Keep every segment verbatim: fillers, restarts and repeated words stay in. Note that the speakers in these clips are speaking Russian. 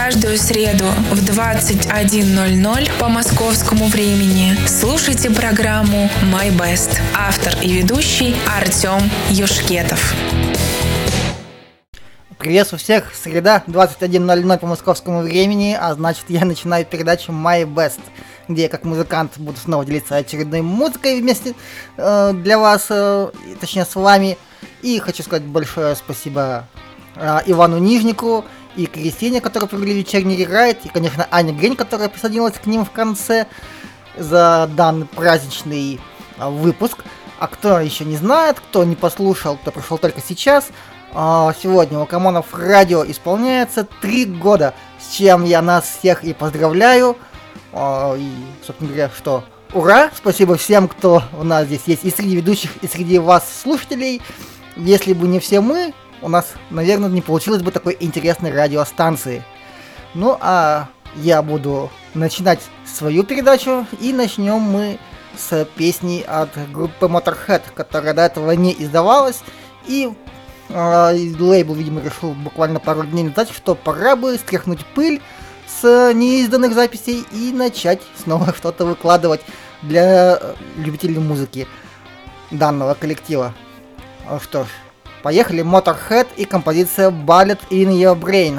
каждую среду в двадцать один ноль ноль по московскому времени слушайте программу My Best. Автор и ведущий Артем Юшкетов. Приветствую всех, среда, двадцать один ноль ноль по московскому времени, а значит я начинаю передачу My Best, где я как музыкант буду снова делиться очередной музыкой вместе э, для вас, э, точнее с вами. И хочу сказать большое спасибо э, Ивану Нижнику и Кристине, которые провели вечерний рерайт, и, конечно, Ане Грень, которая присоединилась к ним в конце за данный праздничный э, выпуск. А кто еще не знает, кто не послушал, кто пришел только сейчас, сегодня у Камонов радио исполняется три года, с чем я нас всех и поздравляю. И, собственно говоря, что ура! Спасибо всем, кто у нас здесь есть, и среди ведущих, и среди вас, слушателей. Если бы не все мы, у нас, наверное, не получилось бы такой интересной радиостанции. Ну, а я буду начинать свою передачу, и начнем мы с песни от группы Motorhead, которая до этого не издавалась, и лейбл, видимо, решил буквально пару дней назад, что пора бы стряхнуть пыль с неизданных записей и начать снова что-то выкладывать для любителей музыки данного коллектива. Что ж, поехали. Motorhead и композиция Bullet in Your Brain.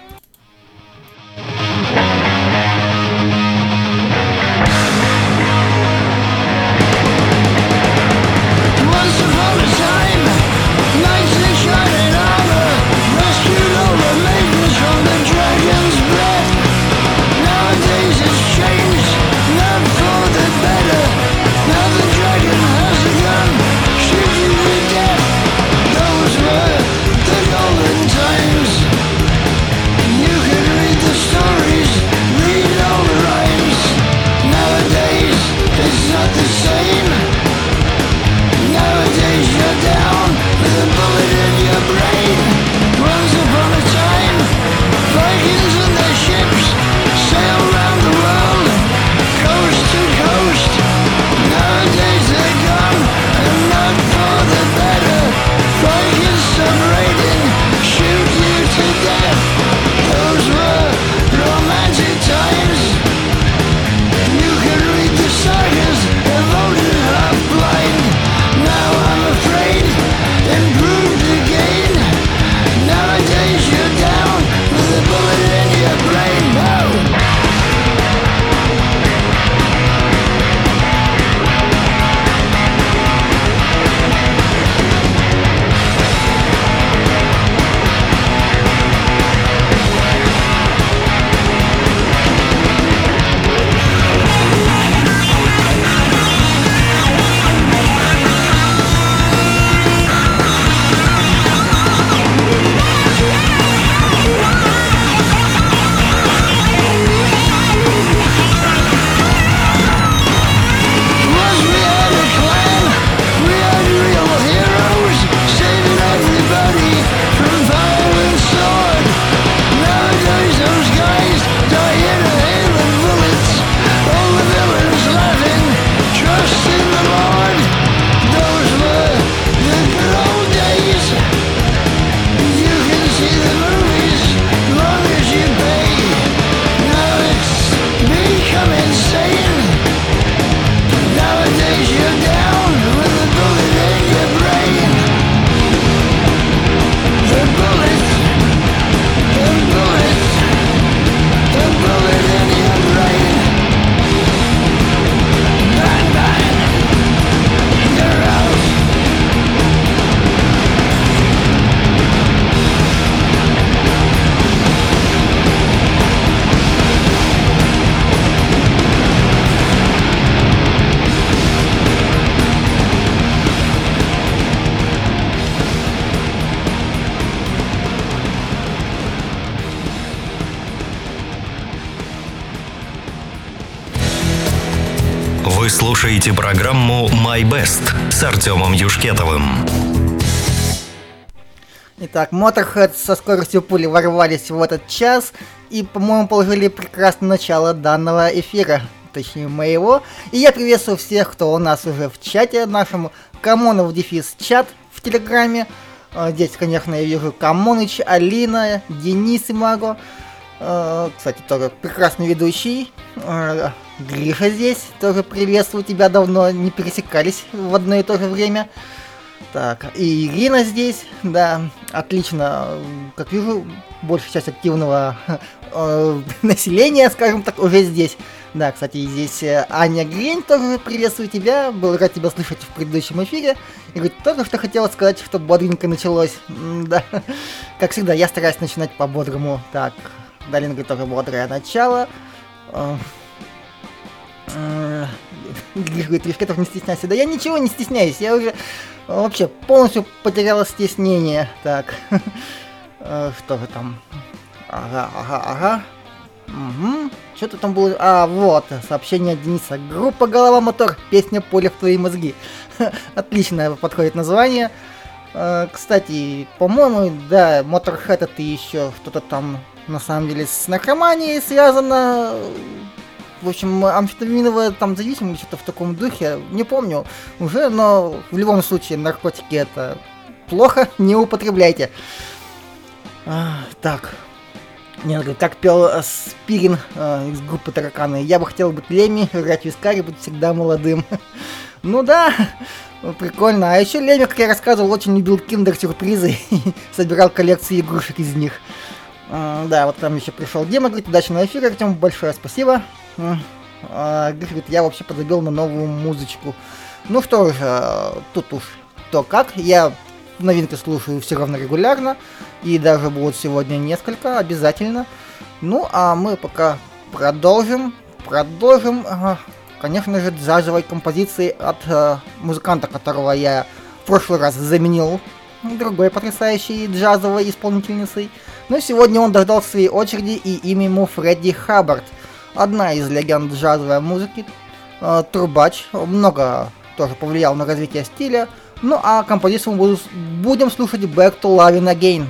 Вы слушаете программу My Best с Артемом Юшкетовым. Итак, Motorhead со скоростью пули ворвались в этот час и, по-моему, положили прекрасное начало данного эфира, точнее моего. И я приветствую всех, кто у нас уже в чате нашему, Камонов дефис чат в Телеграме. Здесь, конечно, я вижу Камоныч, Алина, Денис Имаго, Кстати, тоже прекрасный ведущий. Гриша здесь, тоже приветствую тебя, давно не пересекались в одно и то же время. Так, и Ирина здесь, да, отлично, как вижу, большая часть активного э, населения, скажем так, уже здесь. Да, кстати, здесь Аня Грень, тоже приветствую тебя, был рад тебя слышать в предыдущем эфире. И говорит, только что хотела сказать, что бодренько началось. М-да, как всегда, я стараюсь начинать по-бодрому. Так, Далин говорит, тоже бодрое начало. Говорит, Юшкетов, не стесняйся. Да я ничего не стесняюсь, я уже вообще полностью потеряла стеснение. Так, что же там? Ага, ага, ага. Угу. Что-то там было... А, вот, сообщение от Дениса. Группа «Голова Мотор», песня «Поле в твои мозги». Отлично подходит название. Кстати, по-моему, да, Motorhead это еще что-то там, на самом деле, с наркоманией связано. В общем, амфетаминовая там зависимость, что-то в таком духе, не помню уже, но в любом случае наркотики это плохо, не употребляйте. А, так, мне говорит, как пел Спирин э, из группы «Тараканы», я бы хотел быть Лемми, играть вискарь и быть всегда молодым. Ну да, прикольно. А еще Лемми, как я рассказывал, очень любил киндер-сюрпризы и собирал коллекции игрушек из них. Uh, да, вот там еще пришел Дима, говорит, удачного эфира, Артем, большое спасибо. Uh, uh, говорит, я вообще подзабил на новую музычку. Ну что ж, uh, тут уж то как, я новинки слушаю все равно регулярно, и даже будут сегодня несколько, обязательно. Ну, а мы пока продолжим, продолжим, uh, конечно же, джазовой композицией от uh, музыканта, которого я в прошлый раз заменил другой потрясающей джазовой исполнительницей. Но сегодня он дождался своей очереди, и имя ему Фредди Хаббард. Одна из легенд джазовой музыки, э, трубач, много тоже повлиял на развитие стиля. Ну а композицию мы будем слушать Back to Lovin' Again.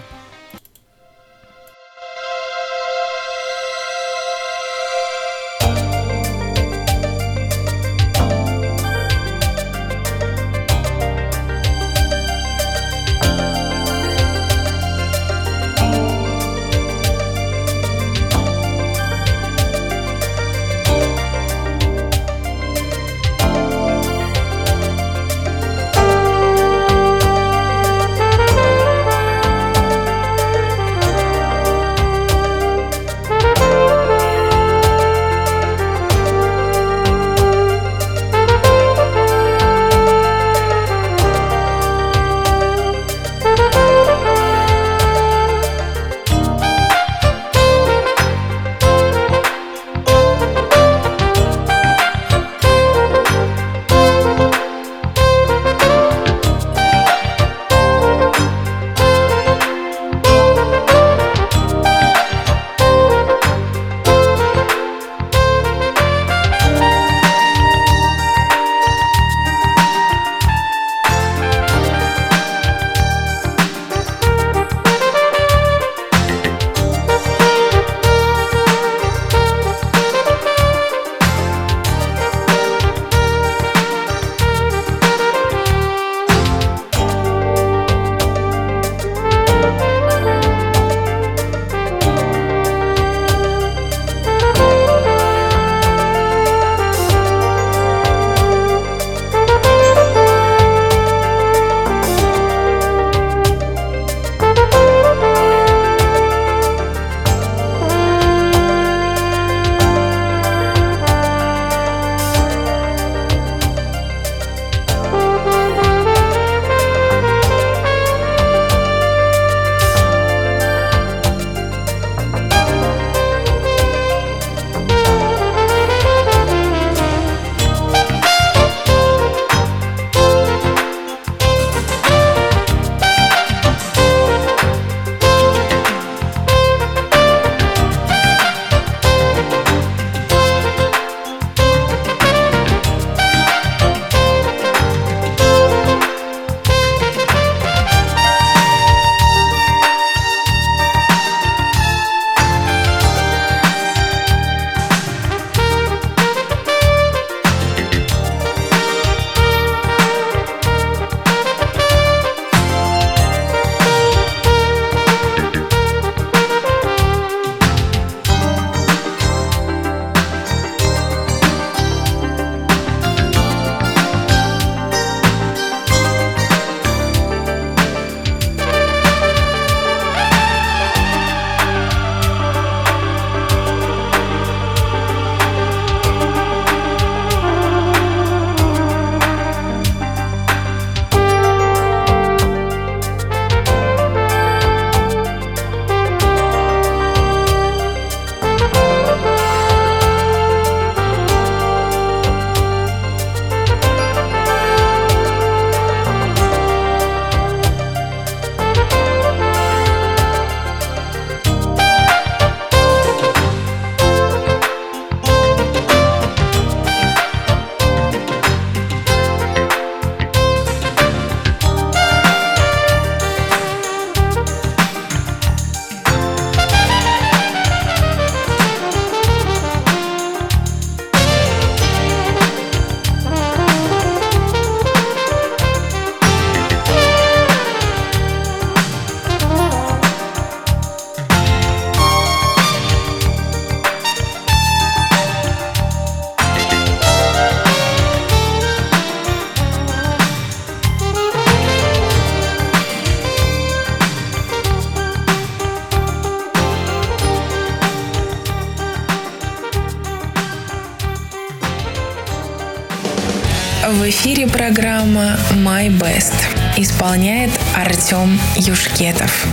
В эфире программа My Best. Исполняет Артем Юшкетов.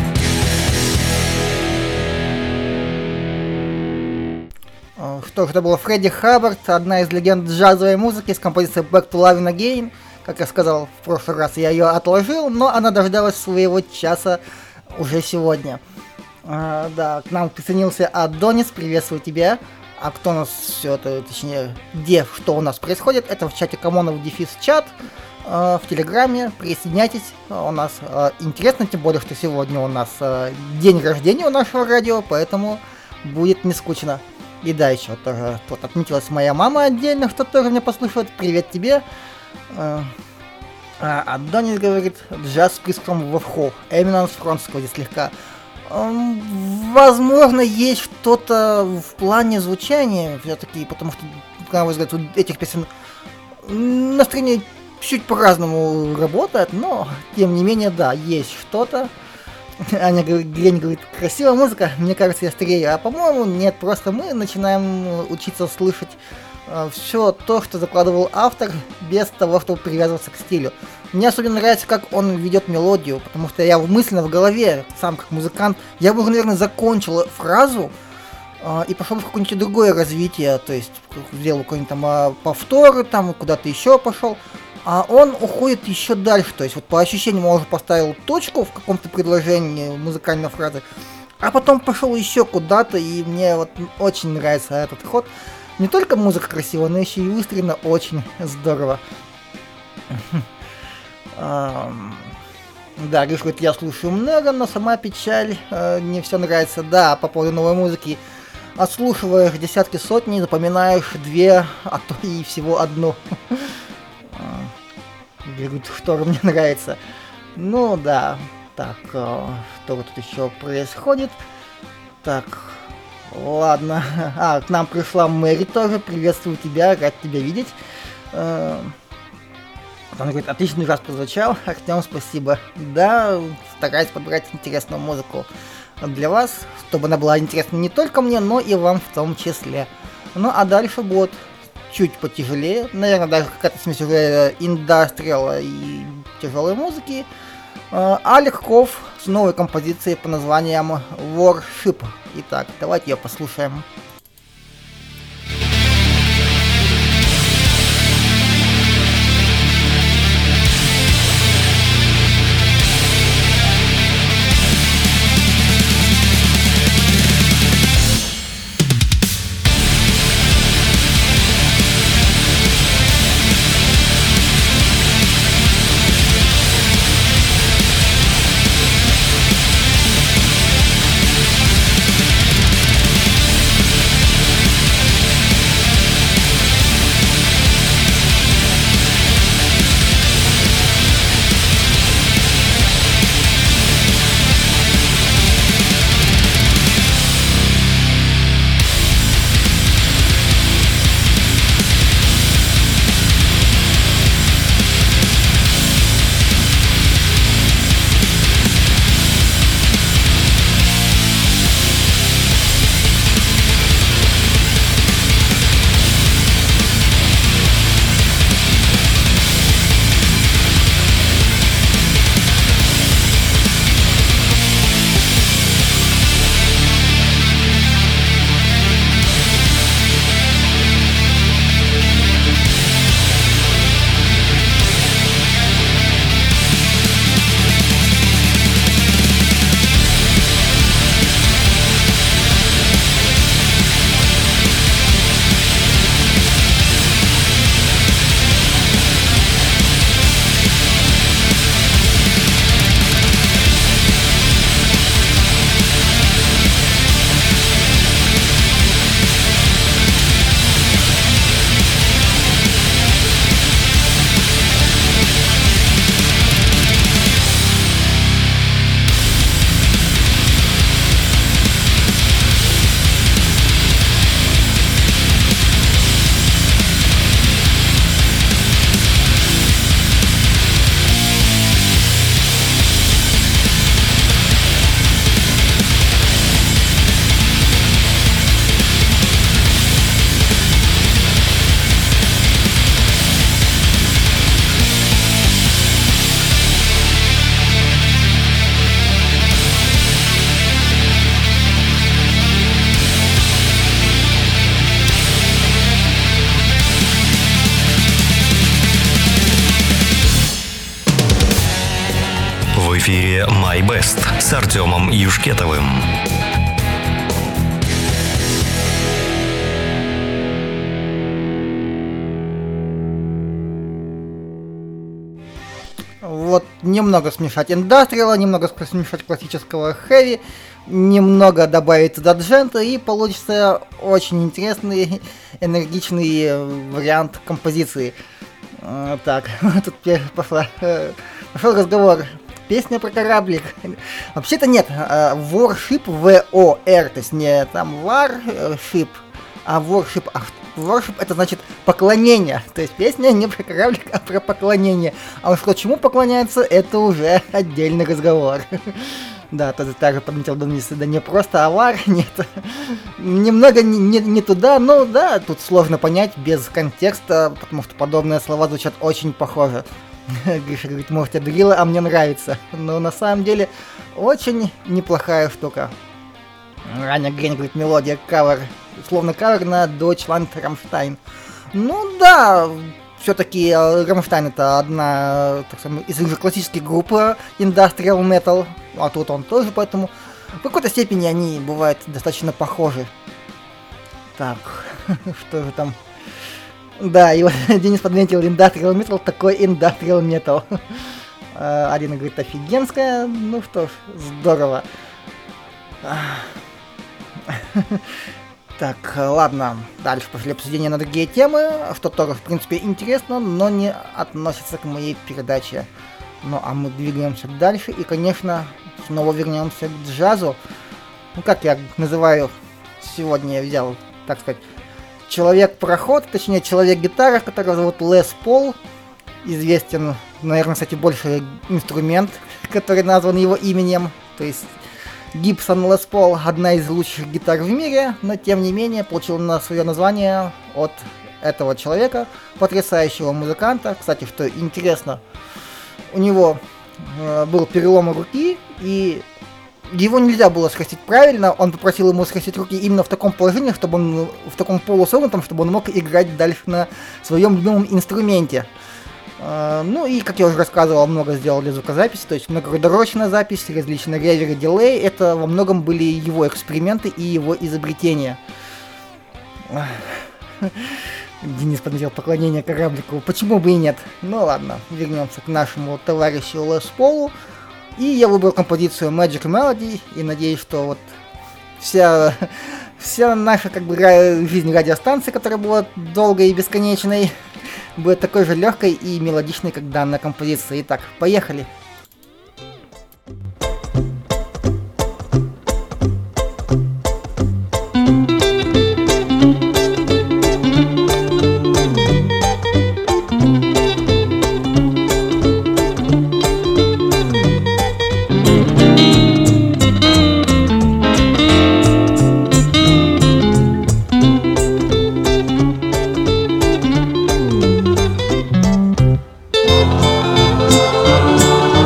Что ж, это был Фредди Хаббард, одна из легенд джазовой музыки с композицией Back to Lovin' Again. Как я сказал в прошлый раз, я ее отложил, но она дождалась своего часа уже сегодня. А, да, к нам присоединился Адонис, приветствую тебя. А кто у нас все это, точнее, где, что у нас происходит, это в чате Комонов дефис чат, э, в Телеграме, присоединяйтесь, у нас э, интересно, тем более, что сегодня у нас э, день рождения у нашего радио, поэтому будет не скучно. И да, еще тоже тут отметилась моя мама отдельно, что тоже меня послушает, привет тебе. Э, а Адонис говорит, джаз с приском вовхо, Эминанс фронтского здесь слегка. Возможно, есть что-то в плане звучания все-таки, потому что, на мой взгляд, у этих песен настроение чуть по-разному работает, но, тем не менее, да, есть что-то. Аня Грень говорит, красивая музыка, мне кажется, я старею, а по-моему, нет, просто мы начинаем учиться слышать все то, что закладывал автор, без того, чтобы привязываться к стилю. Мне особенно нравится, как он ведет мелодию, потому что я мысленно в голове, сам как музыкант, я бы, наверное, закончил фразу э, и пошел в какое-нибудь другое развитие, то есть сделал какой-нибудь там э, повтор, там куда-то еще пошел, а он уходит еще дальше, то есть вот по ощущениям он уже поставил точку в каком-то предложении музыкальной фразы, а потом пошел еще куда-то, и мне вот очень нравится этот ход. Не только музыка красивая, но еще и выстроена очень здорово. Да, Гриш говорит, я слушаю много, но сама печаль, мне все нравится. Да, по поводу новой музыки. Отслушиваешь десятки, сотни, запоминаешь две, а то и всего одну. Говорит, что мне нравится. Ну да, так, что вот тут еще происходит? Так... Ладно. А, к нам пришла Мэри тоже. Приветствую тебя, рад тебя видеть. Он говорит, отличный джаз прозвучал. Артем, спасибо. Да, стараюсь подбирать интересную музыку для вас, чтобы она была интересна не только мне, но и вам в том числе. Ну, а дальше будет чуть потяжелее. Наверное, даже какая-то смесь уже индастриала и тяжелой музыки. А Легков с новой композицией по названием Warship. Итак, давайте ее послушаем. We'll be right back. эфире My Best с Артемом Юшкетовым. Вот немного смешать индастриала, немного смешать классического хэви, немного добавить туда джента, и получится очень интересный, энергичный вариант композиции. Так, тут пошла, пошел разговор. Песня про кораблик. Вообще-то нет, Warship, вэ о эр, то есть не там Warship, а Worship. Worship — это значит поклонение. То есть песня не про кораблик, а про поклонение. А уж что чему поклоняется, это уже отдельный разговор. Да, тоже также подметил, да не просто авар, нет. Немного не, не, не туда, но да, тут сложно понять без контекста, потому что подобные слова звучат очень похоже. Гриша говорит, может, я дрила, а мне нравится. Но на самом деле очень неплохая штука. Аня Грень говорит, мелодия, кавер, словно кавер на Deutschland Rammstein. Ну да, все-таки Rammstein это одна, так сказать, из классических групп Industrial Metal, а тут он тоже, поэтому в какой-то степени они бывают достаточно похожи. Так, что же там? Да, и вот Денис подметил Industrial Metal, такой Industrial Metal. Арина говорит, офигенская, ну что ж, здорово. Так, ладно, дальше пошли обсуждения на другие темы, что тоже, в принципе, интересно, но не относится к моей передаче. Ну, а мы двигаемся дальше, и, конечно, снова вернемся к джазу. Ну, как я называю, сегодня я взял, так сказать, человек-пароход, точнее, человек-гитара, которого зовут Лес Пол. Известен, наверное, кстати, больше инструмент, который назван его именем, то есть Gibson Les Paul, одна из лучших гитар в мире, но тем не менее получил на свое название от этого человека, потрясающего музыканта. Кстати, что интересно, у него э, был перелом руки, и его нельзя было скрестить правильно, он попросил ему скрестить руки именно в таком положении, чтобы он, в таком полусогнутом, чтобы он мог играть дальше на своем любимом инструменте. Ну и, как я уже рассказывал, много сделал для звукозаписи, то есть многородорочная запись, различные реверы, дилей, это во многом были его эксперименты и его изобретения. Денис подметил поклонение кораблику, почему бы и нет? Ну ладно, вернемся к нашему товарищу Лес Полу. И я выбрал композицию Magic Melody, и надеюсь, что вот вся, вся наша как бы жизнь радиостанции, которая была долгой и бесконечной, будет такой же легкой и мелодичной, как данная композиция. Итак, поехали! Oh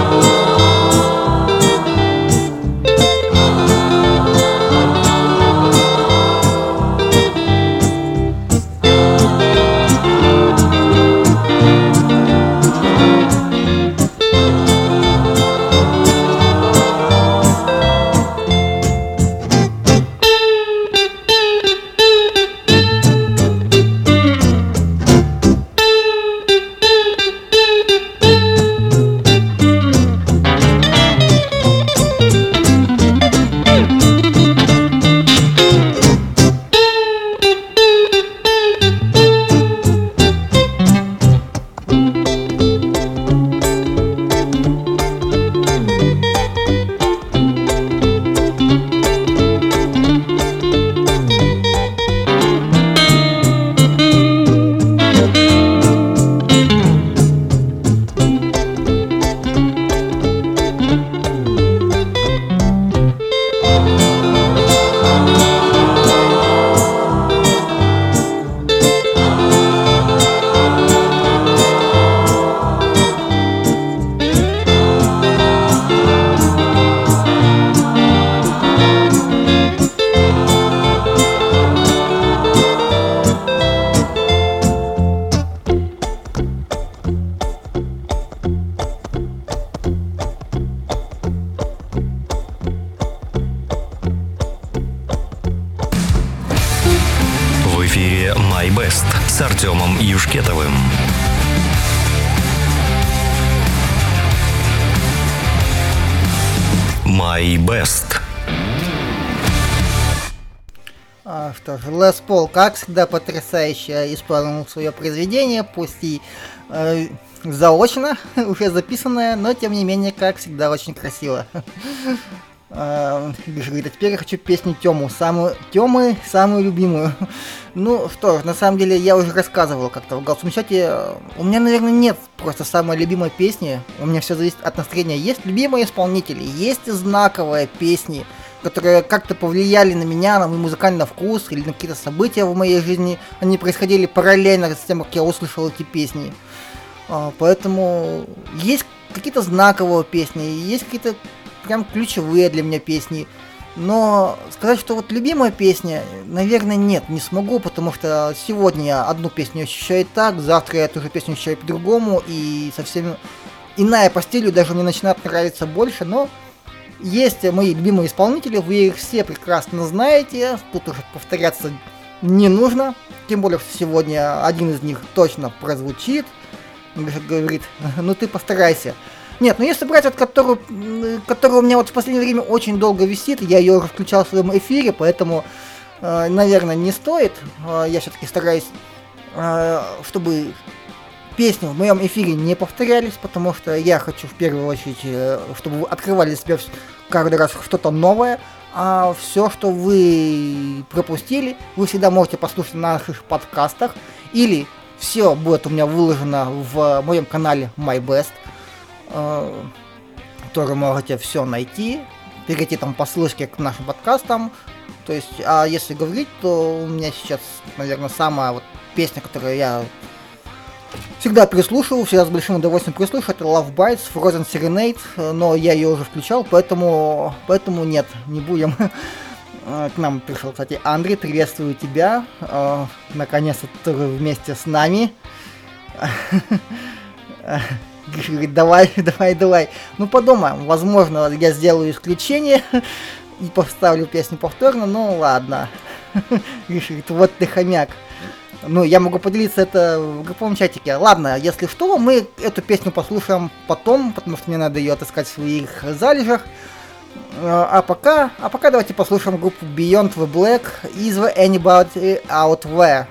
Юшкетовым. My Best. А, что ж, Лес Пол, как всегда, потрясающе исполнил свое произведение, пусть и э, заочно, уже записанное, но тем не менее, как всегда, очень красиво. Гриша говорит, а теперь я хочу песню Тему, самую Темы, самую любимую. Ну что ж, на самом деле я уже рассказывал как-то в голосовом чате, у меня, наверное, нет просто самой любимой песни, у меня все зависит от настроения. Есть любимые исполнители, есть знаковые песни, которые как-то повлияли на меня, на мой музыкальный вкус или на какие-то события в моей жизни. Они происходили параллельно с тем, как я услышал эти песни. Поэтому есть какие-то знаковые песни, есть какие-то прям ключевые для меня песни. Но сказать, что вот любимая песня, наверное, нет, не смогу, потому что сегодня я одну песню ощущаю так, завтра я эту же песню ощущаю по-другому, и совсем иная по стилю даже мне начинает нравиться больше, но есть мои любимые исполнители, вы их все прекрасно знаете, тут уже повторяться не нужно, тем более, что сегодня один из них точно прозвучит, говорит, ну ты постарайся. Нет, ну если брать вот, которую, которая у меня вот в последнее время очень долго висит, я ее уже включал в своем эфире, поэтому, э, наверное, не стоит. Э, я все-таки стараюсь, э, чтобы песни в моем эфире не повторялись, потому что я хочу в первую очередь, э, чтобы вы открывали для себя каждый раз что-то новое, а все, что вы пропустили, вы всегда можете послушать на наших подкастах, или все будет у меня выложено в моем канале My Best, тоже можете все найти, перейти там по ссылочке к нашим подкастам. То есть, а если говорить, то у меня сейчас, наверное, самая вот песня, которую я всегда прислушиваю, всегда с большим удовольствием прислушиваю, это Love Bites, Frozen Serenade, но я ее уже включал, поэтому, поэтому нет, не будем. К нам пришел, кстати, Андрей, приветствую тебя, наконец-то ты вместе с нами. Говорит, давай, давай, давай. Ну, подумаем, возможно, я сделаю исключение и поставлю песню повторно, ну, ладно. Говорит, вот ты хомяк. Ну, я могу поделиться это в групповом чатике. Ладно, если что, мы эту песню послушаем потом, потому что мне надо ее отыскать в своих залежах. А пока, а пока давайте послушаем группу Beyond the Black, Is There Anybody Out There?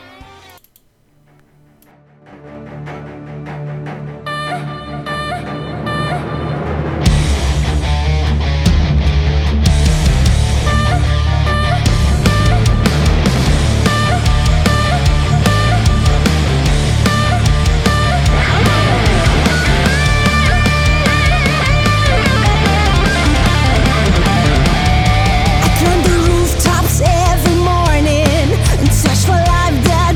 Every morning and search for life that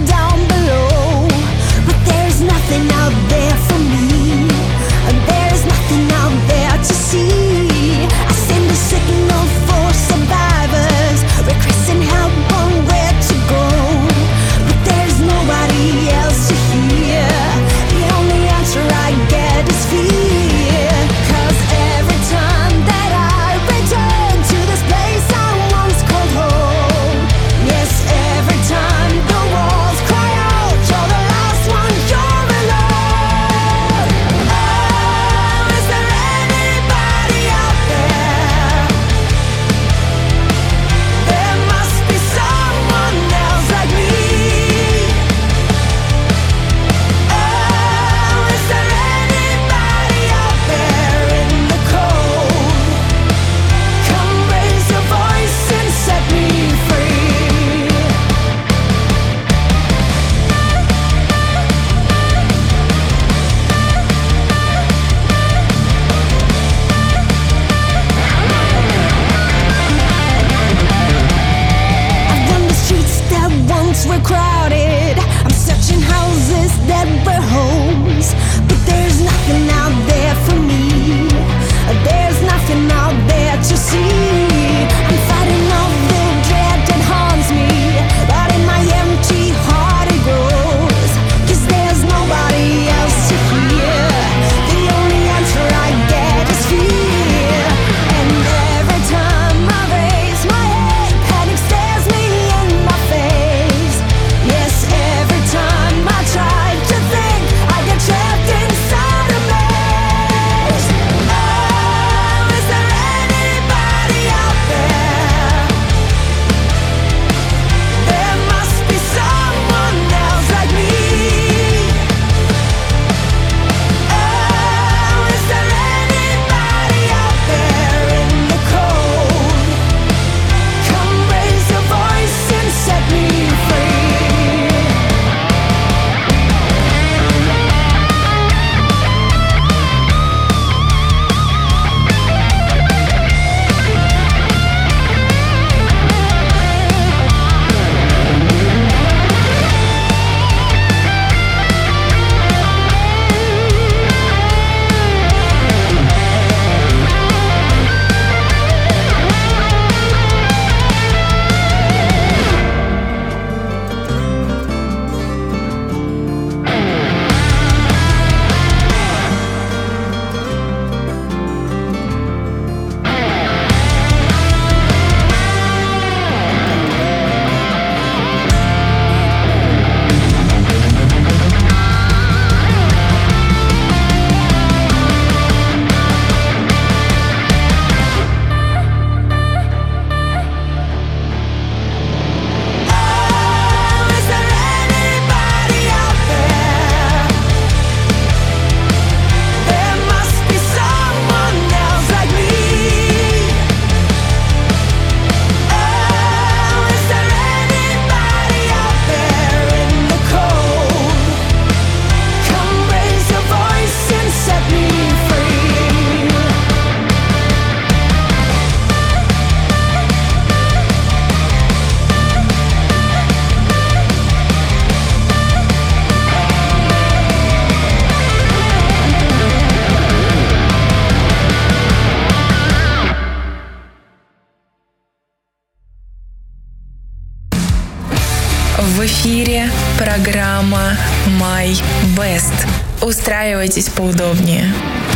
эфире программа My Best. Устраивайтесь поудобнее.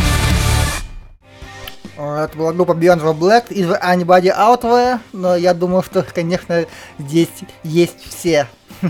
Это была группа Beyond the Black из Anybody Out There, но я думаю, что, конечно, здесь есть все.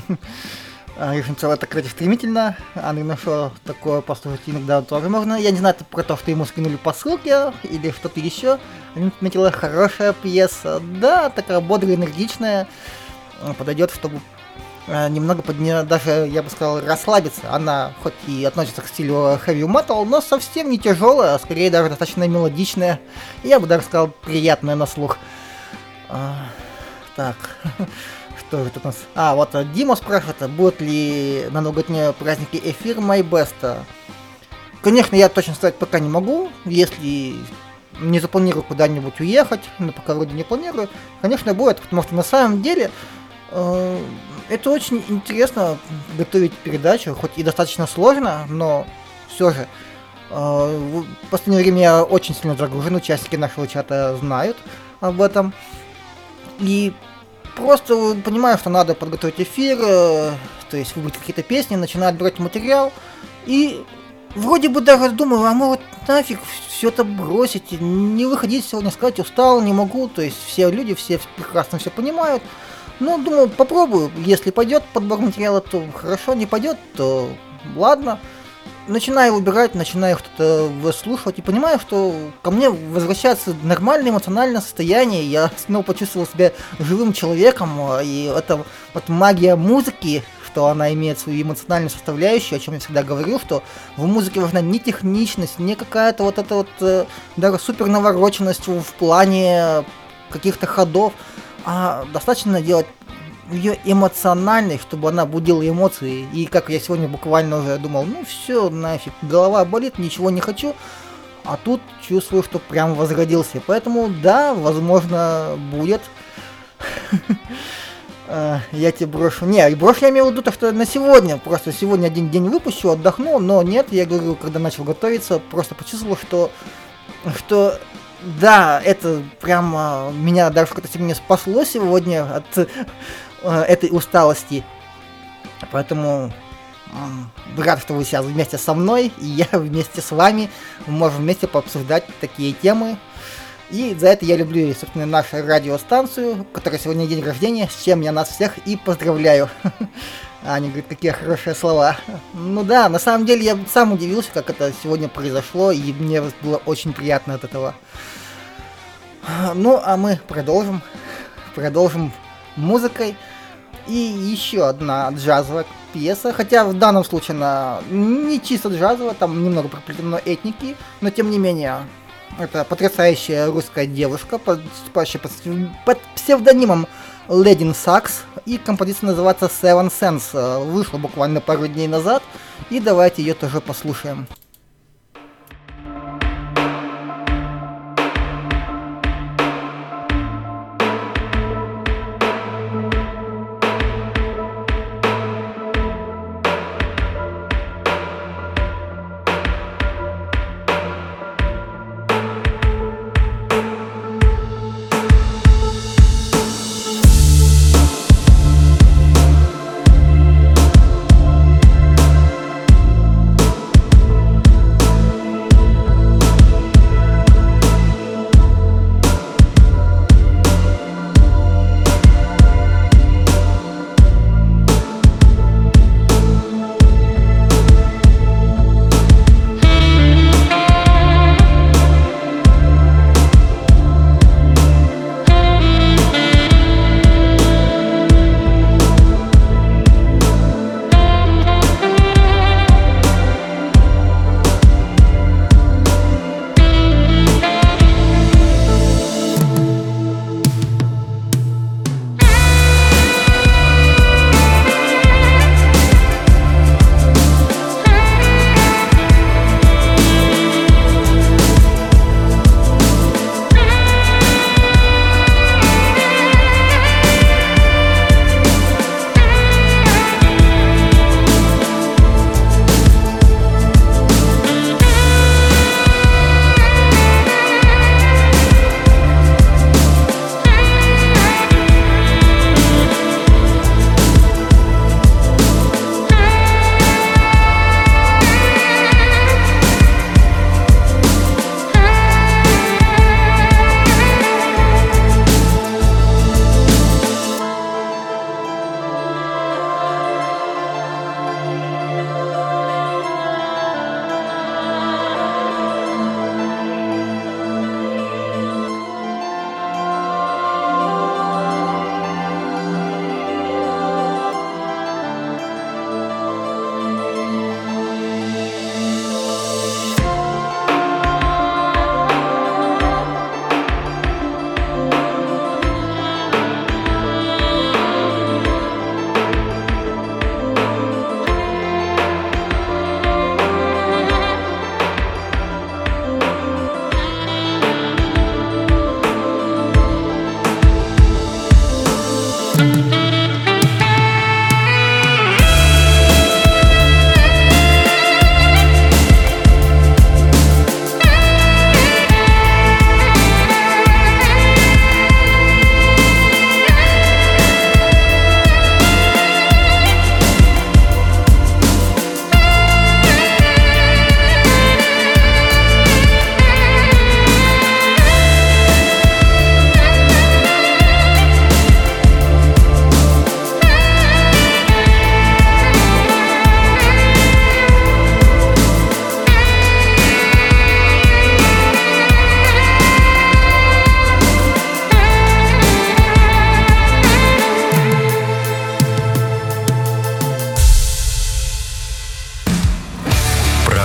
Решим целое так, кстати, стремительно. Андрей нашел такое послушать иногда тоже можно. Я не знаю, это про то, что ему скинули по ссылке или что-то еще. Они отметила хорошая пьеса. Да, такая бодрая, энергичная. Подойдет, чтобы немного под нее даже, я бы сказал, расслабиться. Она хоть и относится к стилю heavy metal, но совсем не тяжелая, а скорее даже достаточно мелодичная. Я бы даже сказал, приятная на слух. А, так, что же тут у нас? А, вот Дима спрашивает, будут ли на новогодние праздники эфир My Best. Конечно, я точно сказать пока не могу. Если не запланирую куда-нибудь уехать, но пока вроде не планирую, конечно, будет, потому что на самом деле это очень интересно готовить передачу, хоть и достаточно сложно, но все же. В последнее время я очень сильно загружен, участники нашего чата знают об этом. И просто понимаю, что надо подготовить эфир, то есть выбрать какие-то песни, начинать брать материал. И вроде бы даже думаю, а может нафиг все это бросить, не выходить сегодня, сказать устал, не могу. То есть все люди, все прекрасно все понимают. Ну, думаю, попробую. Если пойдет подбор материала, то хорошо, не пойдет, то ладно. Начинаю выбирать, начинаю что-то выслушивать и понимаю, что ко мне возвращается нормальное эмоциональное состояние. Я снова почувствовал себя живым человеком, и это вот магия музыки, что она имеет свою эмоциональную составляющую, о чем я всегда говорил, что в музыке важна не техничность, не какая-то вот эта вот даже супер навороченность в плане каких-то ходов, а достаточно делать ее эмоциональной, чтобы она будила эмоции. И как я сегодня буквально уже думал, ну все, нафиг, голова болит, ничего не хочу. А тут чувствую, что прям возродился. Поэтому да, возможно, будет. Я тебе брошу. Не, брошу я имел в виду то, что на сегодня. Просто сегодня один день выпущу, отдохну. Но нет, я говорю, когда начал готовиться, просто почувствовал, что что да, это прямо меня даже в какой-то степени спасло сегодня от э, этой усталости. Поэтому э, рад, что вы сейчас вместе со мной, и я вместе с вами. Мы можем вместе пообсуждать такие темы. И за это я люблю, собственно, нашу радиостанцию, которая сегодня день рождения, с чем я нас всех и поздравляю. Аня говорит, какие хорошие слова. Ну да, на самом деле я сам удивился, как это сегодня произошло, и мне было очень приятно от этого. Ну, а мы продолжим. Продолжим музыкой. И еще одна джазовая пьеса, хотя в данном случае она не чисто джазовая, там немного приплетено этники, но тем не менее, это потрясающая русская девушка, выступающая под, под псевдонимом Ледин Сакс, и композиция называется Seven Sense, вышла буквально пару дней назад, и давайте ее тоже послушаем.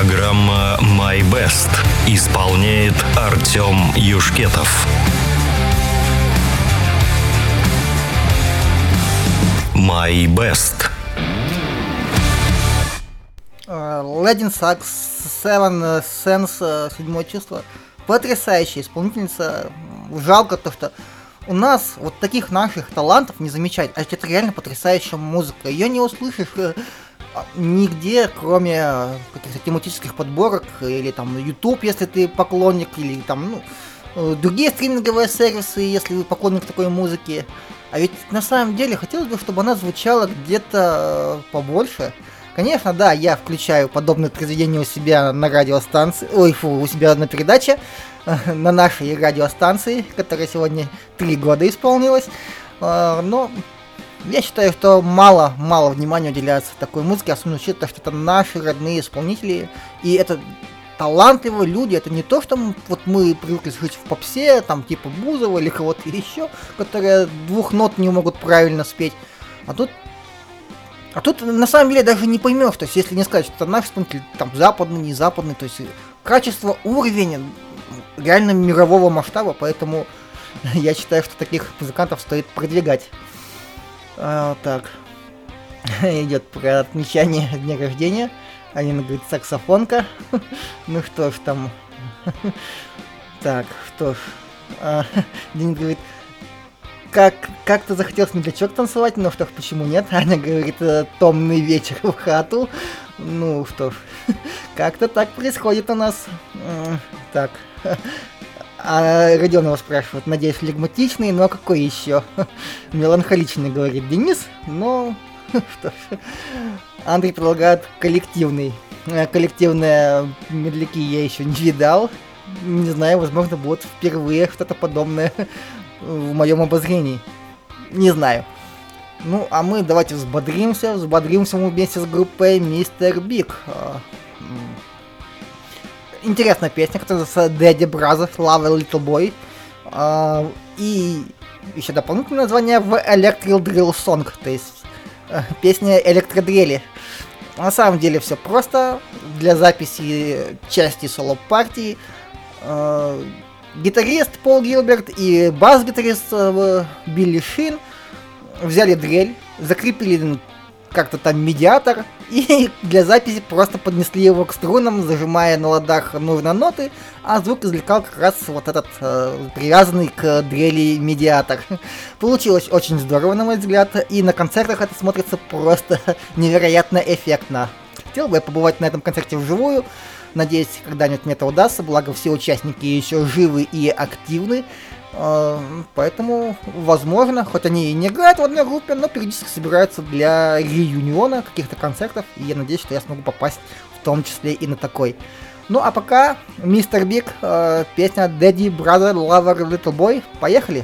Программа My Best. Исполняет Артем Юшкетов. My Best. Лэдин Сакс, Seven Sense, седьмое чувство. Потрясающая исполнительница. Жалко то, что у нас вот таких наших талантов не замечать. А это реально потрясающая музыка. Ее не услышишь нигде, кроме каких-то тематических подборок, или там YouTube, если ты поклонник, или там, ну, другие стриминговые сервисы, если вы поклонник такой музыки. А ведь на самом деле хотелось бы, чтобы она звучала где-то побольше. Конечно, да, я включаю подобные произведения у себя на радиостанции, ой, фу, у себя на передаче, на нашей радиостанции, которая сегодня три года исполнилась, но я считаю, что мало-мало внимания уделяется такой музыке, особенно учитывая, что это наши родные исполнители, и это талантливые люди, это не то, что вот мы привыкли слышать в попсе, там типа Бузова или кого-то еще, которые двух нот не могут правильно спеть, а тут А тут на самом деле даже не поймешь, то есть если не сказать, что это наш исполнитель, там западный, не западный, то есть качество, уровень реально мирового масштаба, поэтому я считаю, что таких музыкантов стоит продвигать. А, так, идет про отмечание дня рождения. Алина говорит, саксофонка. Ну что ж там. Так, что ж. День говорит, как, как-то захотелось медлячок танцевать, но что ж, почему нет? Аня говорит, томный вечер в хату. Ну что ж, как-то так происходит у нас. Так. А Родионова спрашивает, надеюсь, флегматичный, но какой еще? Меланхоличный, говорит Денис, но что ж. Андрей предлагает коллективный. Коллективные медляки я еще не видал. Не знаю, возможно, будет впервые что-то подобное в моем обозрении. Не знаю. Ну, а мы давайте взбодримся. Взбодримся мы вместе с группой мистер Биг. Интересная песня, которая называется Daddy Brothers Love a Little Boy. Uh, и еще дополнительное название в Electric Drill Song, то есть uh, песня электродрели. На самом деле все просто. Для записи части соло-партии uh, гитарист Пол Гилберт и бас-гитарист uh, Билли Шин взяли дрель, закрепили как-то там медиатор, и для записи просто поднесли его к струнам, зажимая на ладах нужные ноты, а звук извлекал как раз вот этот э, привязанный к дрели медиатор. Получилось очень здорово, на мой взгляд, и на концертах это смотрится просто невероятно эффектно. Хотел бы я побывать на этом концерте вживую, надеюсь, когда-нибудь мне это удастся, благо все участники еще живы и активны. Поэтому, возможно, хоть они и не играют в одной группе, но периодически собираются для реюниона каких-то концертов, и я надеюсь, что я смогу попасть в том числе и на такой. Ну а пока мистер Биг, песня Daddy Brother Lover Little Boy. Поехали!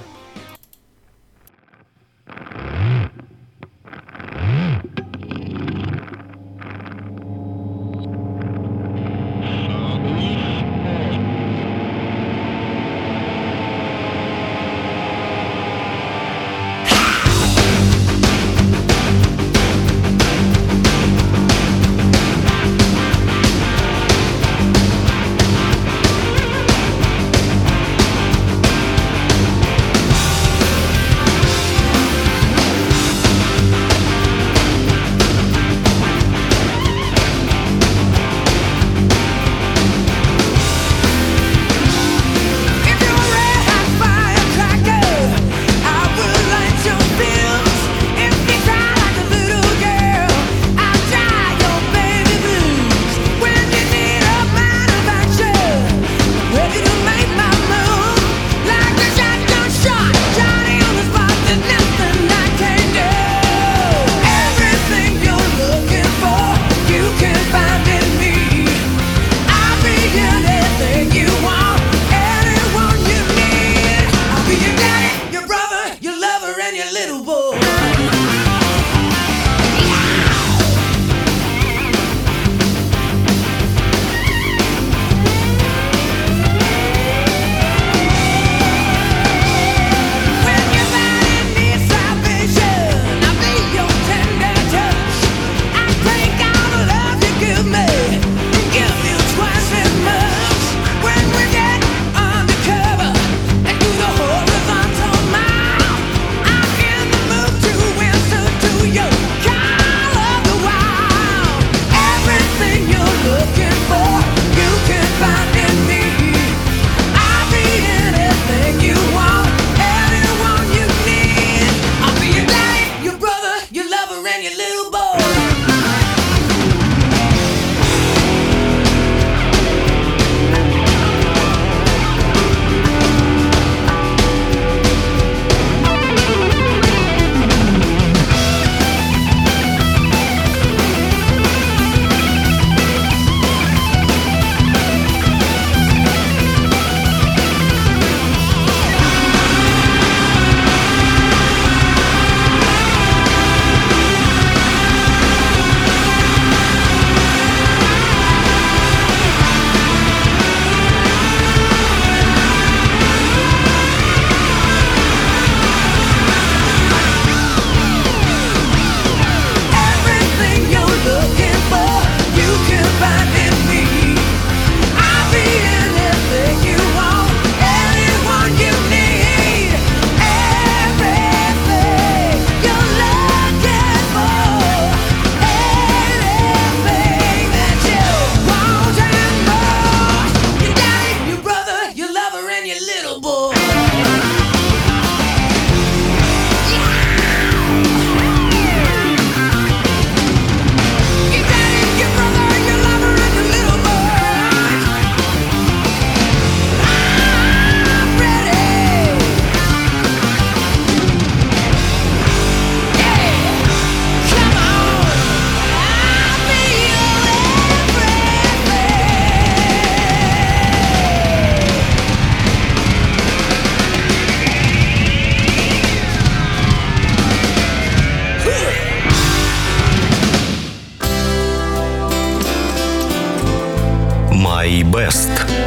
My Best.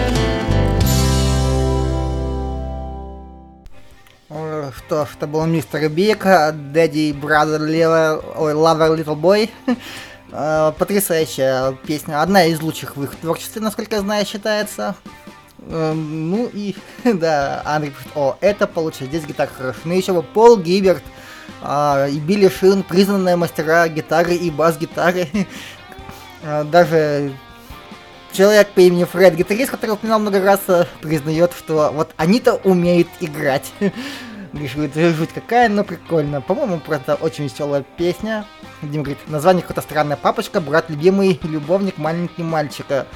Что ж, это был мистер Биг, Daddy Brother Lover, ой, Lover Little Boy. Потрясающая песня, одна из лучших в их творчестве, насколько я знаю, считается. Ну и, да, Андрей пишет, о, это получилось, здесь гитара хорошая. Ну еще Пол Гиберт и Билли Шин, признанные мастера гитары и бас-гитары. Даже человек по имени Фред, гитарист, который упоминал много раз, признает, что вот они-то умеют играть. Говорит, жуть какая, но прикольно. По-моему, просто очень веселая песня. Дим говорит, название какая-то странная, папочка, брат любимый, любовник маленький мальчика.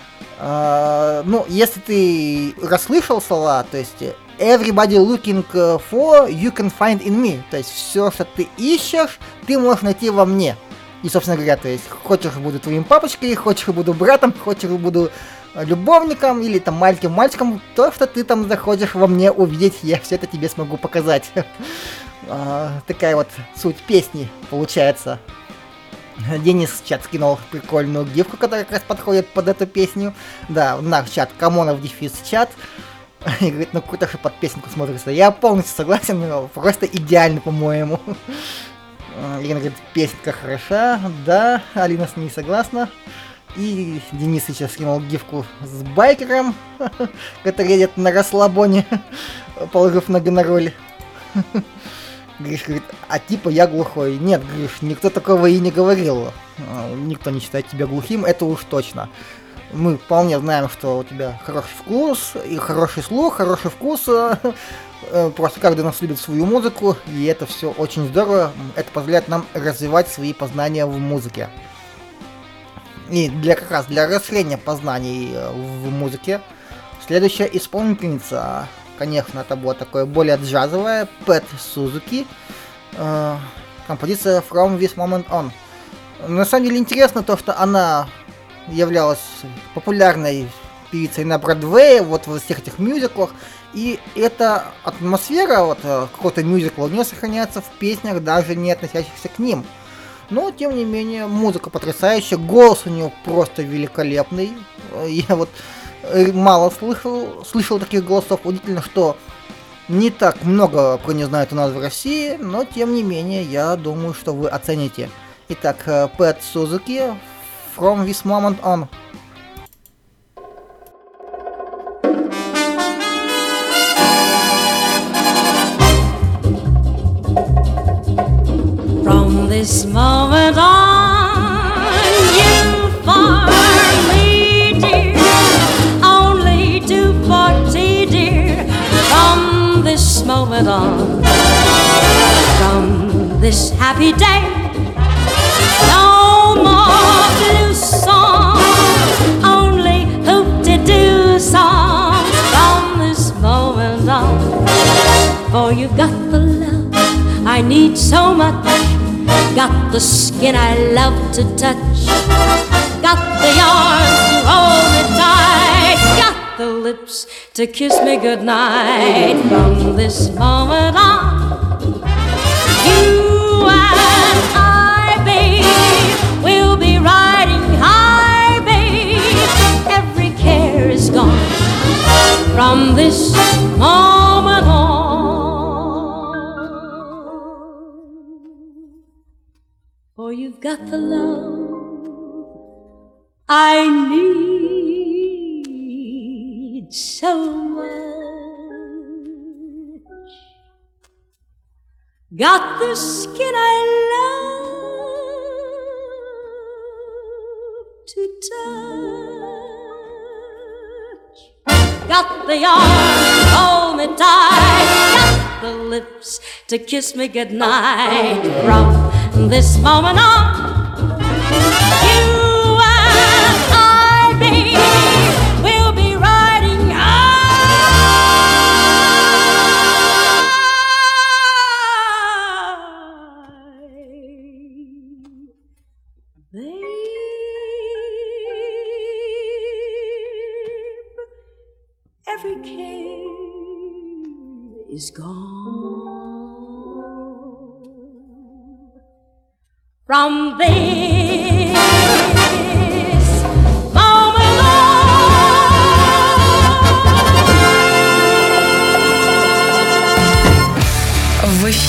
Uh, ну, если ты расслышал слова, то есть everybody looking for, you can find in me. То есть все, что ты ищешь, ты можешь найти во мне. И, собственно говоря, то есть хочешь буду твоим папочкой, хочешь буду братом, хочешь буду любовником или там маленьким мальчиком, то, что ты там захочешь во мне увидеть, я все это тебе смогу показать. uh, Такая вот суть песни получается. Денис в чат скинул прикольную гифку, которая как раз подходит под эту песню. Да, в наш чат, Камонов дефис чат. И говорит, ну круто, что под песенку смотрится. Я полностью согласен, просто идеально, по-моему. Ирина говорит, песенка хороша. Да, Алина с ней согласна. И Денис сейчас скинул гифку с байкером, который едет на расслабоне, положив ноги на руль. Гриш говорит, а типа я глухой. Нет, Гриш, никто такого и не говорил. Никто не считает тебя глухим, это уж точно. Мы вполне знаем, что у тебя хороший вкус, и хороший слух, хороший вкус. Просто каждый нас любит свою музыку, и это все очень здорово. Это позволяет нам развивать свои познания в музыке. И для как раз для расширения познаний в музыке следующая исполнительница. Конечно, это было такое более джазовое, Пэт Сузуки, э, композиция From This Moment On. На самом деле интересно то, что она являлась популярной певицей на Бродвее, вот во всех этих мюзиклах, и эта атмосфера вот какого-то мюзикла у нее сохраняется в песнях, даже не относящихся к ним. Но, тем не менее, музыка потрясающая, голос у нее просто великолепный. Я вот мало слышал, слышал таких голосов. Удивительно, что не так много про нее знают у нас в России, но тем не менее, я думаю, что вы оцените. Итак, Пэт Сузуки, From This Moment On. From this moment on, you find me, dear, only two forty, dear. From this moment on, from this happy day, no more blue songs, only hoop-de-doo songs. From this moment on, for you've got the love I need so much, got the skin I love to touch, got the arms to hold me tight, got the lips to kiss me goodnight. From this moment on, you and I, babe, will be riding high, babe. Every care is gone from this moment on. For you've got the love I need so much, got the skin I love to touch, got the arms to hold me tight, got the lips to kiss me goodnight. From this moment on, you and I, babe, will be riding high, babe. Every care is gone from this moment on.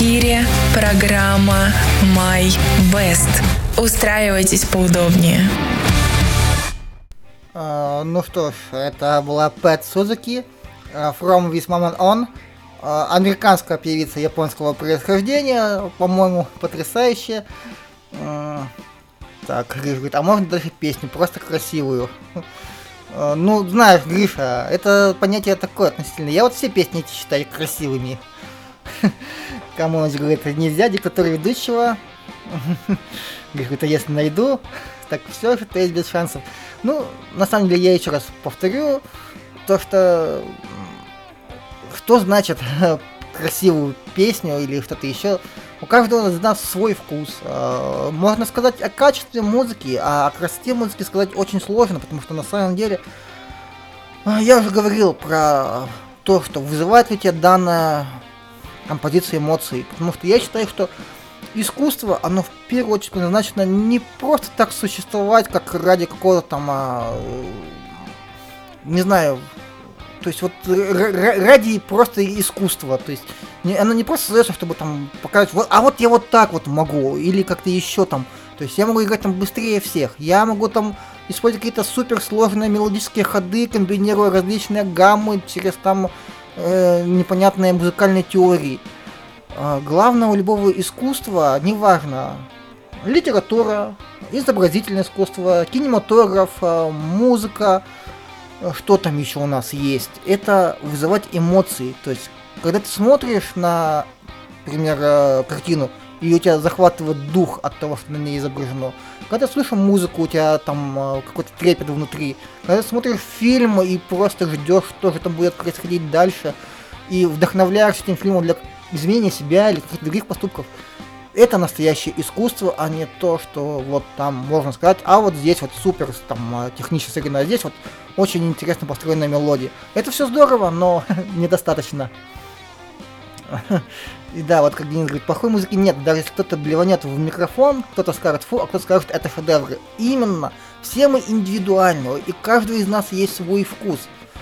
эфире программа My Best. Устраивайтесь поудобнее. Uh, ну что ж, это была Пэт Сузуки, uh, From This Moment On, uh, американская певица японского происхождения, по-моему, потрясающая. Uh, так, Гриша говорит, а можно даже песню, просто красивую. Uh, ну, знаешь, Гриша, это понятие такое относительно. Я вот все песни эти считаю красивыми. Камоныч говорит, нельзя, диктатура ведущего. Гриша говорит, а если найду, так все же, то есть без шансов. Ну, на самом деле, я еще раз повторю, то, что что значит красивую песню или что-то еще. У каждого из нас свой вкус. Можно сказать о качестве музыки, а о красоте музыки сказать очень сложно, потому что на самом деле, я уже говорил про то, что вызывает ли тебя данная композиция эмоций, потому что я считаю, что искусство, оно в первую очередь предназначено не просто так существовать, как ради какого-то там, а, не знаю, то есть вот ради просто искусства, то есть не, оно не просто создается, чтобы там показать, вот, а вот я вот так вот могу, или как-то еще там, то есть я могу играть там быстрее всех, я могу там использовать какие-то суперсложные мелодические ходы, комбинируя различные гаммы через там э, непонятные музыкальные теории. Главное у любого искусства, неважно, литература, изобразительное искусство, кинематограф, музыка, что там еще у нас есть, это вызывать эмоции. То есть, когда ты смотришь на, например, картину, и у тебя захватывает дух от того, что на ней изображено, когда ты слышишь музыку, у тебя там какой-то трепет внутри, когда ты смотришь фильм и просто ждешь, что же там будет происходить дальше, и вдохновляешься этим фильмом для изменения себя или каких-то других поступков. Это настоящее искусство, а не то, что вот там можно сказать, а вот здесь вот супер там технически сыграно, а здесь вот очень интересно построенная мелодия. Это все здорово, но недостаточно. И да, вот как Денис говорит, плохой музыки нет, даже если кто-то блеванет в микрофон, кто-то скажет фу, а кто-то скажет это шедевры. Именно, все мы индивидуальны, и каждый из нас есть свой вкус.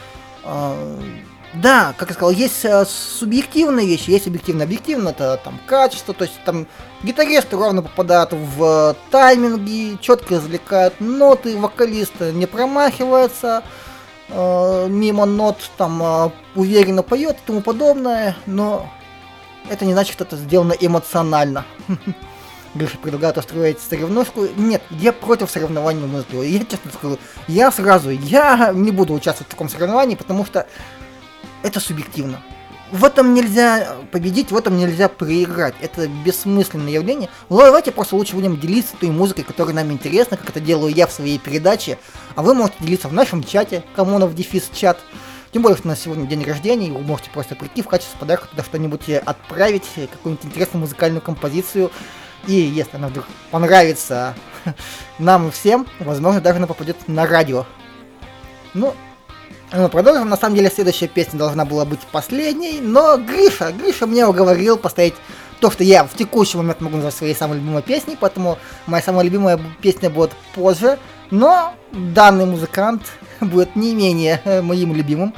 Да, как я сказал, есть э, субъективные вещи, есть объективно. Объективно это там качество, то есть там гитаристы ровно попадают в э, тайминги, четко извлекают ноты, вокалист не промахивается, э, мимо нот там э, уверенно поет и тому подобное, но это не значит, что это сделано эмоционально. Гриша предлагает устроить соревнушку. Нет, я против соревнований в музыке. Я честно скажу, я сразу, я не буду участвовать в таком соревновании, потому что это субъективно. В этом нельзя победить, в этом нельзя проиграть. Это бессмысленное явление. Давайте просто лучше будем делиться той музыкой, которая нам интересна, как это делаю я в своей передаче. А вы можете делиться в нашем чате, Камонов дефис чат. Тем более, что у нас сегодня день рождения, и вы можете просто прийти в качестве подарка туда что-нибудь отправить, какую-нибудь интересную музыкальную композицию. И если она вдруг понравится нам всем, возможно, даже она попадет на радио. Ну, мы продолжим. На самом деле, следующая песня должна была быть последней, но Гриша, Гриша мне уговорил поставить то, что я в текущий момент могу назвать своей самой любимой песней, поэтому моя самая любимая песня будет позже, но данный музыкант будет не менее моим любимым.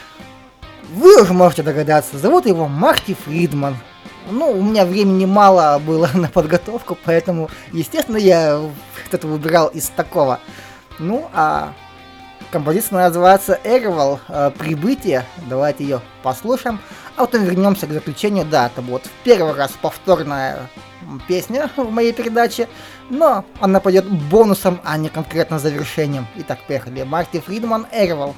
Вы уже можете догадаться, зовут его Марти Фридман. Ну, у меня времени мало было на подготовку, поэтому, естественно, я что-то выбирал из такого. Ну, а композиция называется Arrival, э, прибытие. Давайте ее послушаем. А потом вернемся к заключению. Да, это будет в первый раз повторная песня в моей передаче, но она пойдет бонусом, а не конкретно завершением. Итак, поехали. Марти Фридман, Arrival.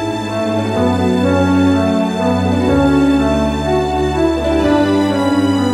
Thank you.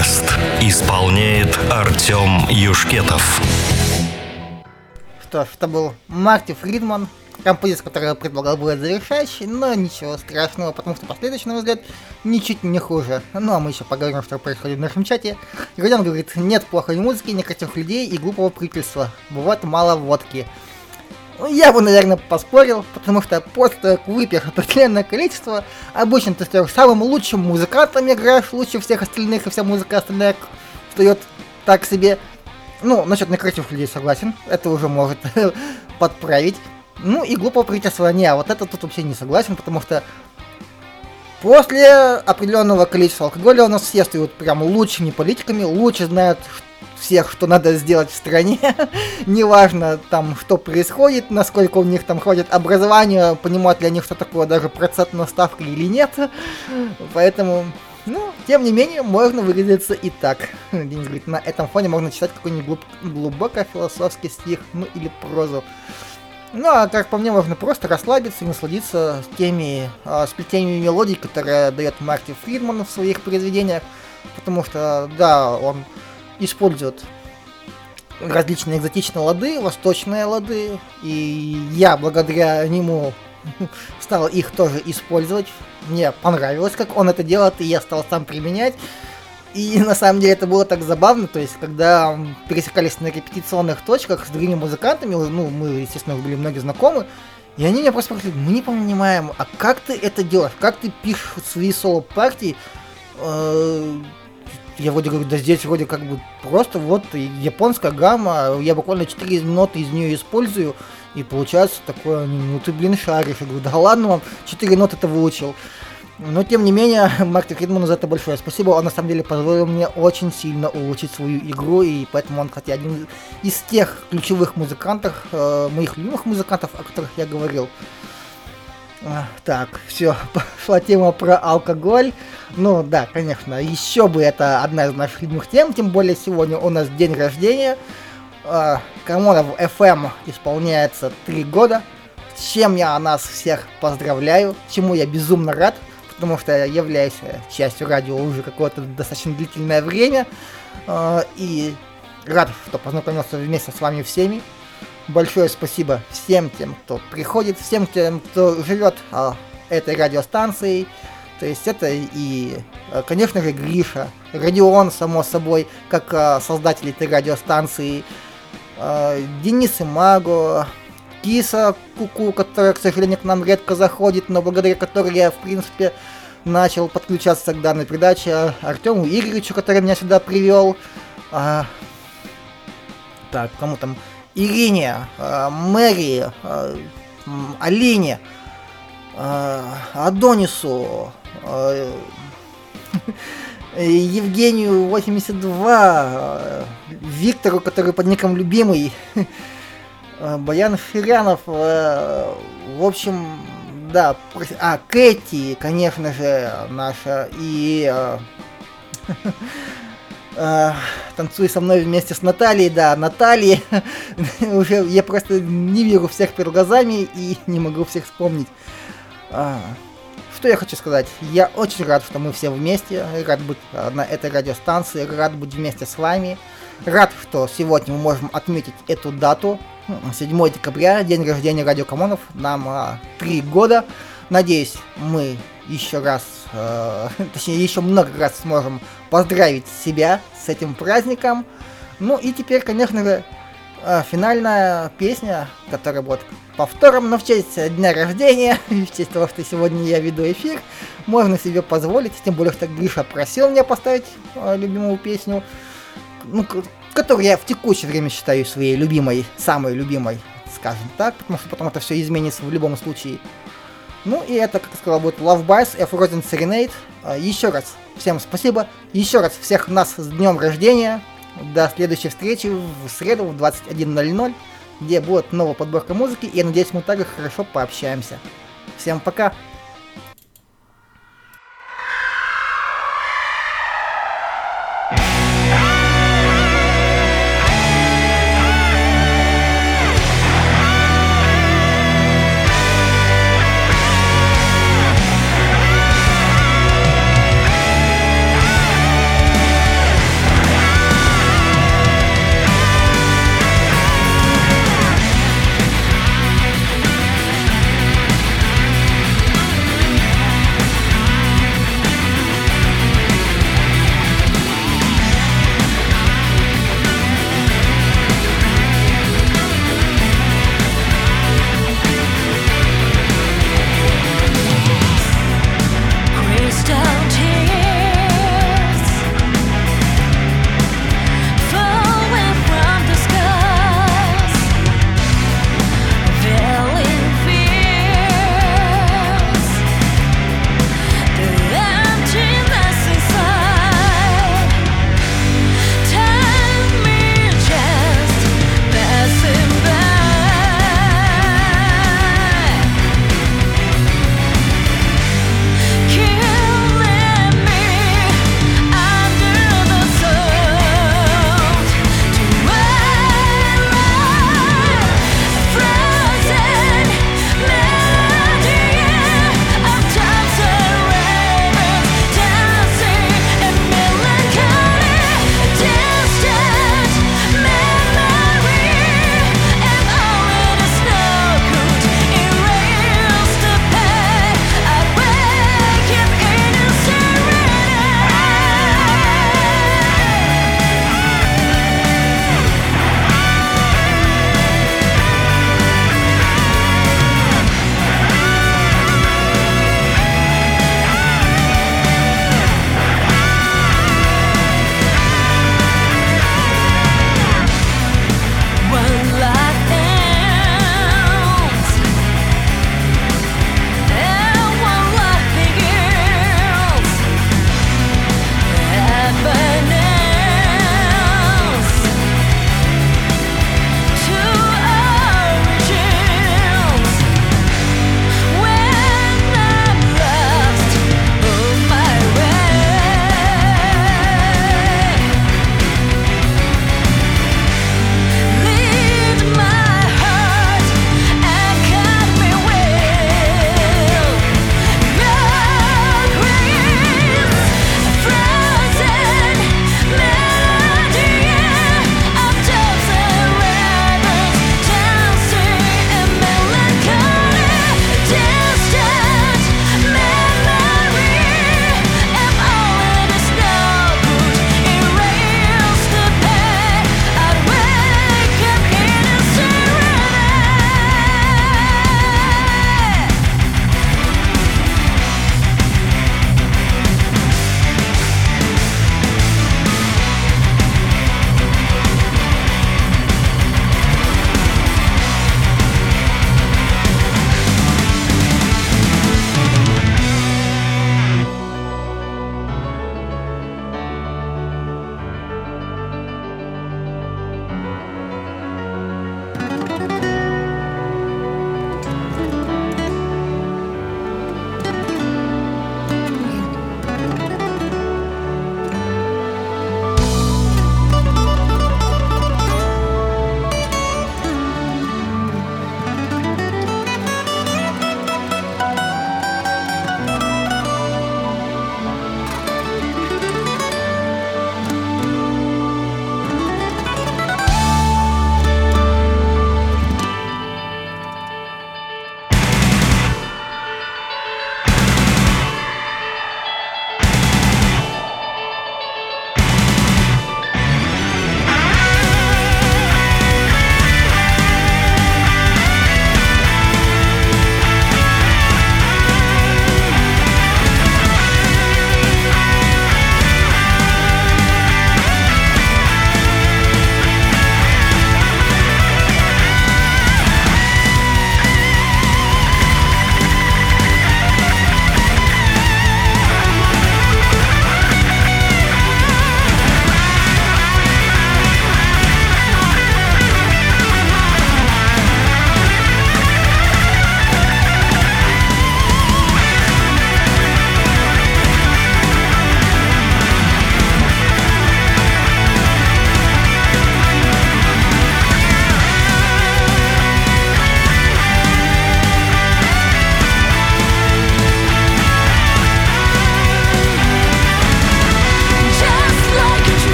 Best. Исполняет Артем Юшкетов. Что ж, это был Марти Фридман, композиция, которую я предлагал будет завершающей, но ничего страшного, потому что последующий, на мой взгляд, ничуть не хуже. Ну а мы еще поговорим, что происходит в нашем чате. Игорян говорит, нет плохой музыки, некрасивых людей и глупого правительства. Бывает мало водки. Я бы, наверное, поспорил, потому что после того, как выпьешь определенное количество, обычно ты стаешь самым лучшим музыкантом, играешь лучше всех остальных, и вся музыка остальная встает так себе. Ну, насчет некрасивых людей согласен, это уже может подправить. Ну и глупого правительства не, а вот это тут вообще не согласен, потому что после определенного количества алкоголя у нас все стают прям лучшими политиками, лучше знают всех, что надо сделать в стране, неважно там, что происходит, насколько у них там хватит образования, понимают ли они, что такое даже процентная ставка или нет, поэтому, ну, тем не менее, можно выразиться и так. Денис говорит, на этом фоне можно читать какой-нибудь глуб- глубоко философский стих, ну или прозу. Ну, а как по мне, можно просто расслабиться и насладиться теми э, сплетениями мелодий, которые дает Марти Фридман в своих произведениях, потому что, да, он использует различные экзотичные лады, восточные лады, и я благодаря нему стал их тоже использовать. Мне понравилось, как он это делает, и я стал сам применять. И на самом деле это было так забавно, то есть когда пересекались на репетиционных точках с другими музыкантами, ну, мы, естественно, были многие знакомы, и они меня просто спросили, мы не понимаем, а как ты это делаешь, как ты пишешь свои соло-партии? Я вроде говорю, да здесь вроде как бы просто вот японская гамма, я буквально четыре ноты из нее использую, и получается такое, ну ты, блин, шаришь. Я говорю, да ладно вам, четыре ноты-то выучил. Но, тем не менее, Марти Фридману за это большое спасибо. Он, на самом деле, позволил мне очень сильно улучшить свою игру, и поэтому он, кстати, один из тех ключевых музыкантов, э, моих любимых музыкантов, о которых я говорил. А, так, все, пошла тема про алкоголь. Ну, да, конечно, еще бы это одна из наших любимых тем, тем более сегодня у нас день рождения. Э, Камонов эф эм исполняется три года, с чем я нас всех поздравляю, чему я безумно рад. Потому что я являюсь частью радио уже какое-то достаточно длительное время. Э, и рад, что познакомился вместе с вами всеми. Большое спасибо всем тем, кто приходит, всем тем, кто живет э, этой радиостанцией. То есть это и, э, конечно же, Гриша, Родион, само собой, как э, создатель этой радиостанции, э, Денис Имаго, Киса Куку, которая, к сожалению, к нам редко заходит, но благодаря которой я, в принципе, начал подключаться к данной передаче, Артему Игоревичу, который меня сюда привел, а, так, кому там, Ирине, а, Мэри, а, Алине, а, Адонису, а, Евгению восемьдесят два, Виктору, который под ником Любимый, Баян Ферянов, э, в общем, да, а, Кэти, конечно же, наша, и э, э, танцуй со мной вместе с Натальей, да, Натальей, уже я просто не вижу всех перед глазами и не могу всех вспомнить. А, что я хочу сказать, я очень рад, что мы все вместе, рад быть на этой радиостанции, рад быть вместе с вами, рад, что сегодня мы можем отметить эту дату, седьмого декабря, день рождения Радио Камонов, нам а, три года. Надеюсь, мы еще раз, э, точнее, еще много раз сможем поздравить себя с этим праздником. Ну и теперь, конечно же, э, финальная песня, которая будет повтором, но в честь дня рождения, в честь того, что сегодня я веду эфир, можно себе позволить, тем более, что Гриша просил меня поставить э, любимую песню, ну, которую я в текущее время считаю своей любимой, самой любимой, скажем так, потому что потом это все изменится в любом случае. Ну и это, как я сказал, будет Love Bites, A Frozen Serenade. Еще раз всем спасибо, еще раз всех нас с днем рождения. До следующей встречи в среду в двадцать один ноль ноль, где будет новая подборка музыки, и я надеюсь, мы также хорошо пообщаемся. Всем пока!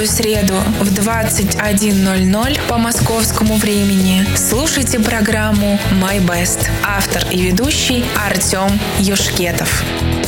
каждую среду в двадцать один ноль ноль по московскому времени слушайте программу My Best. Автор и ведущий Артем Юшкетов.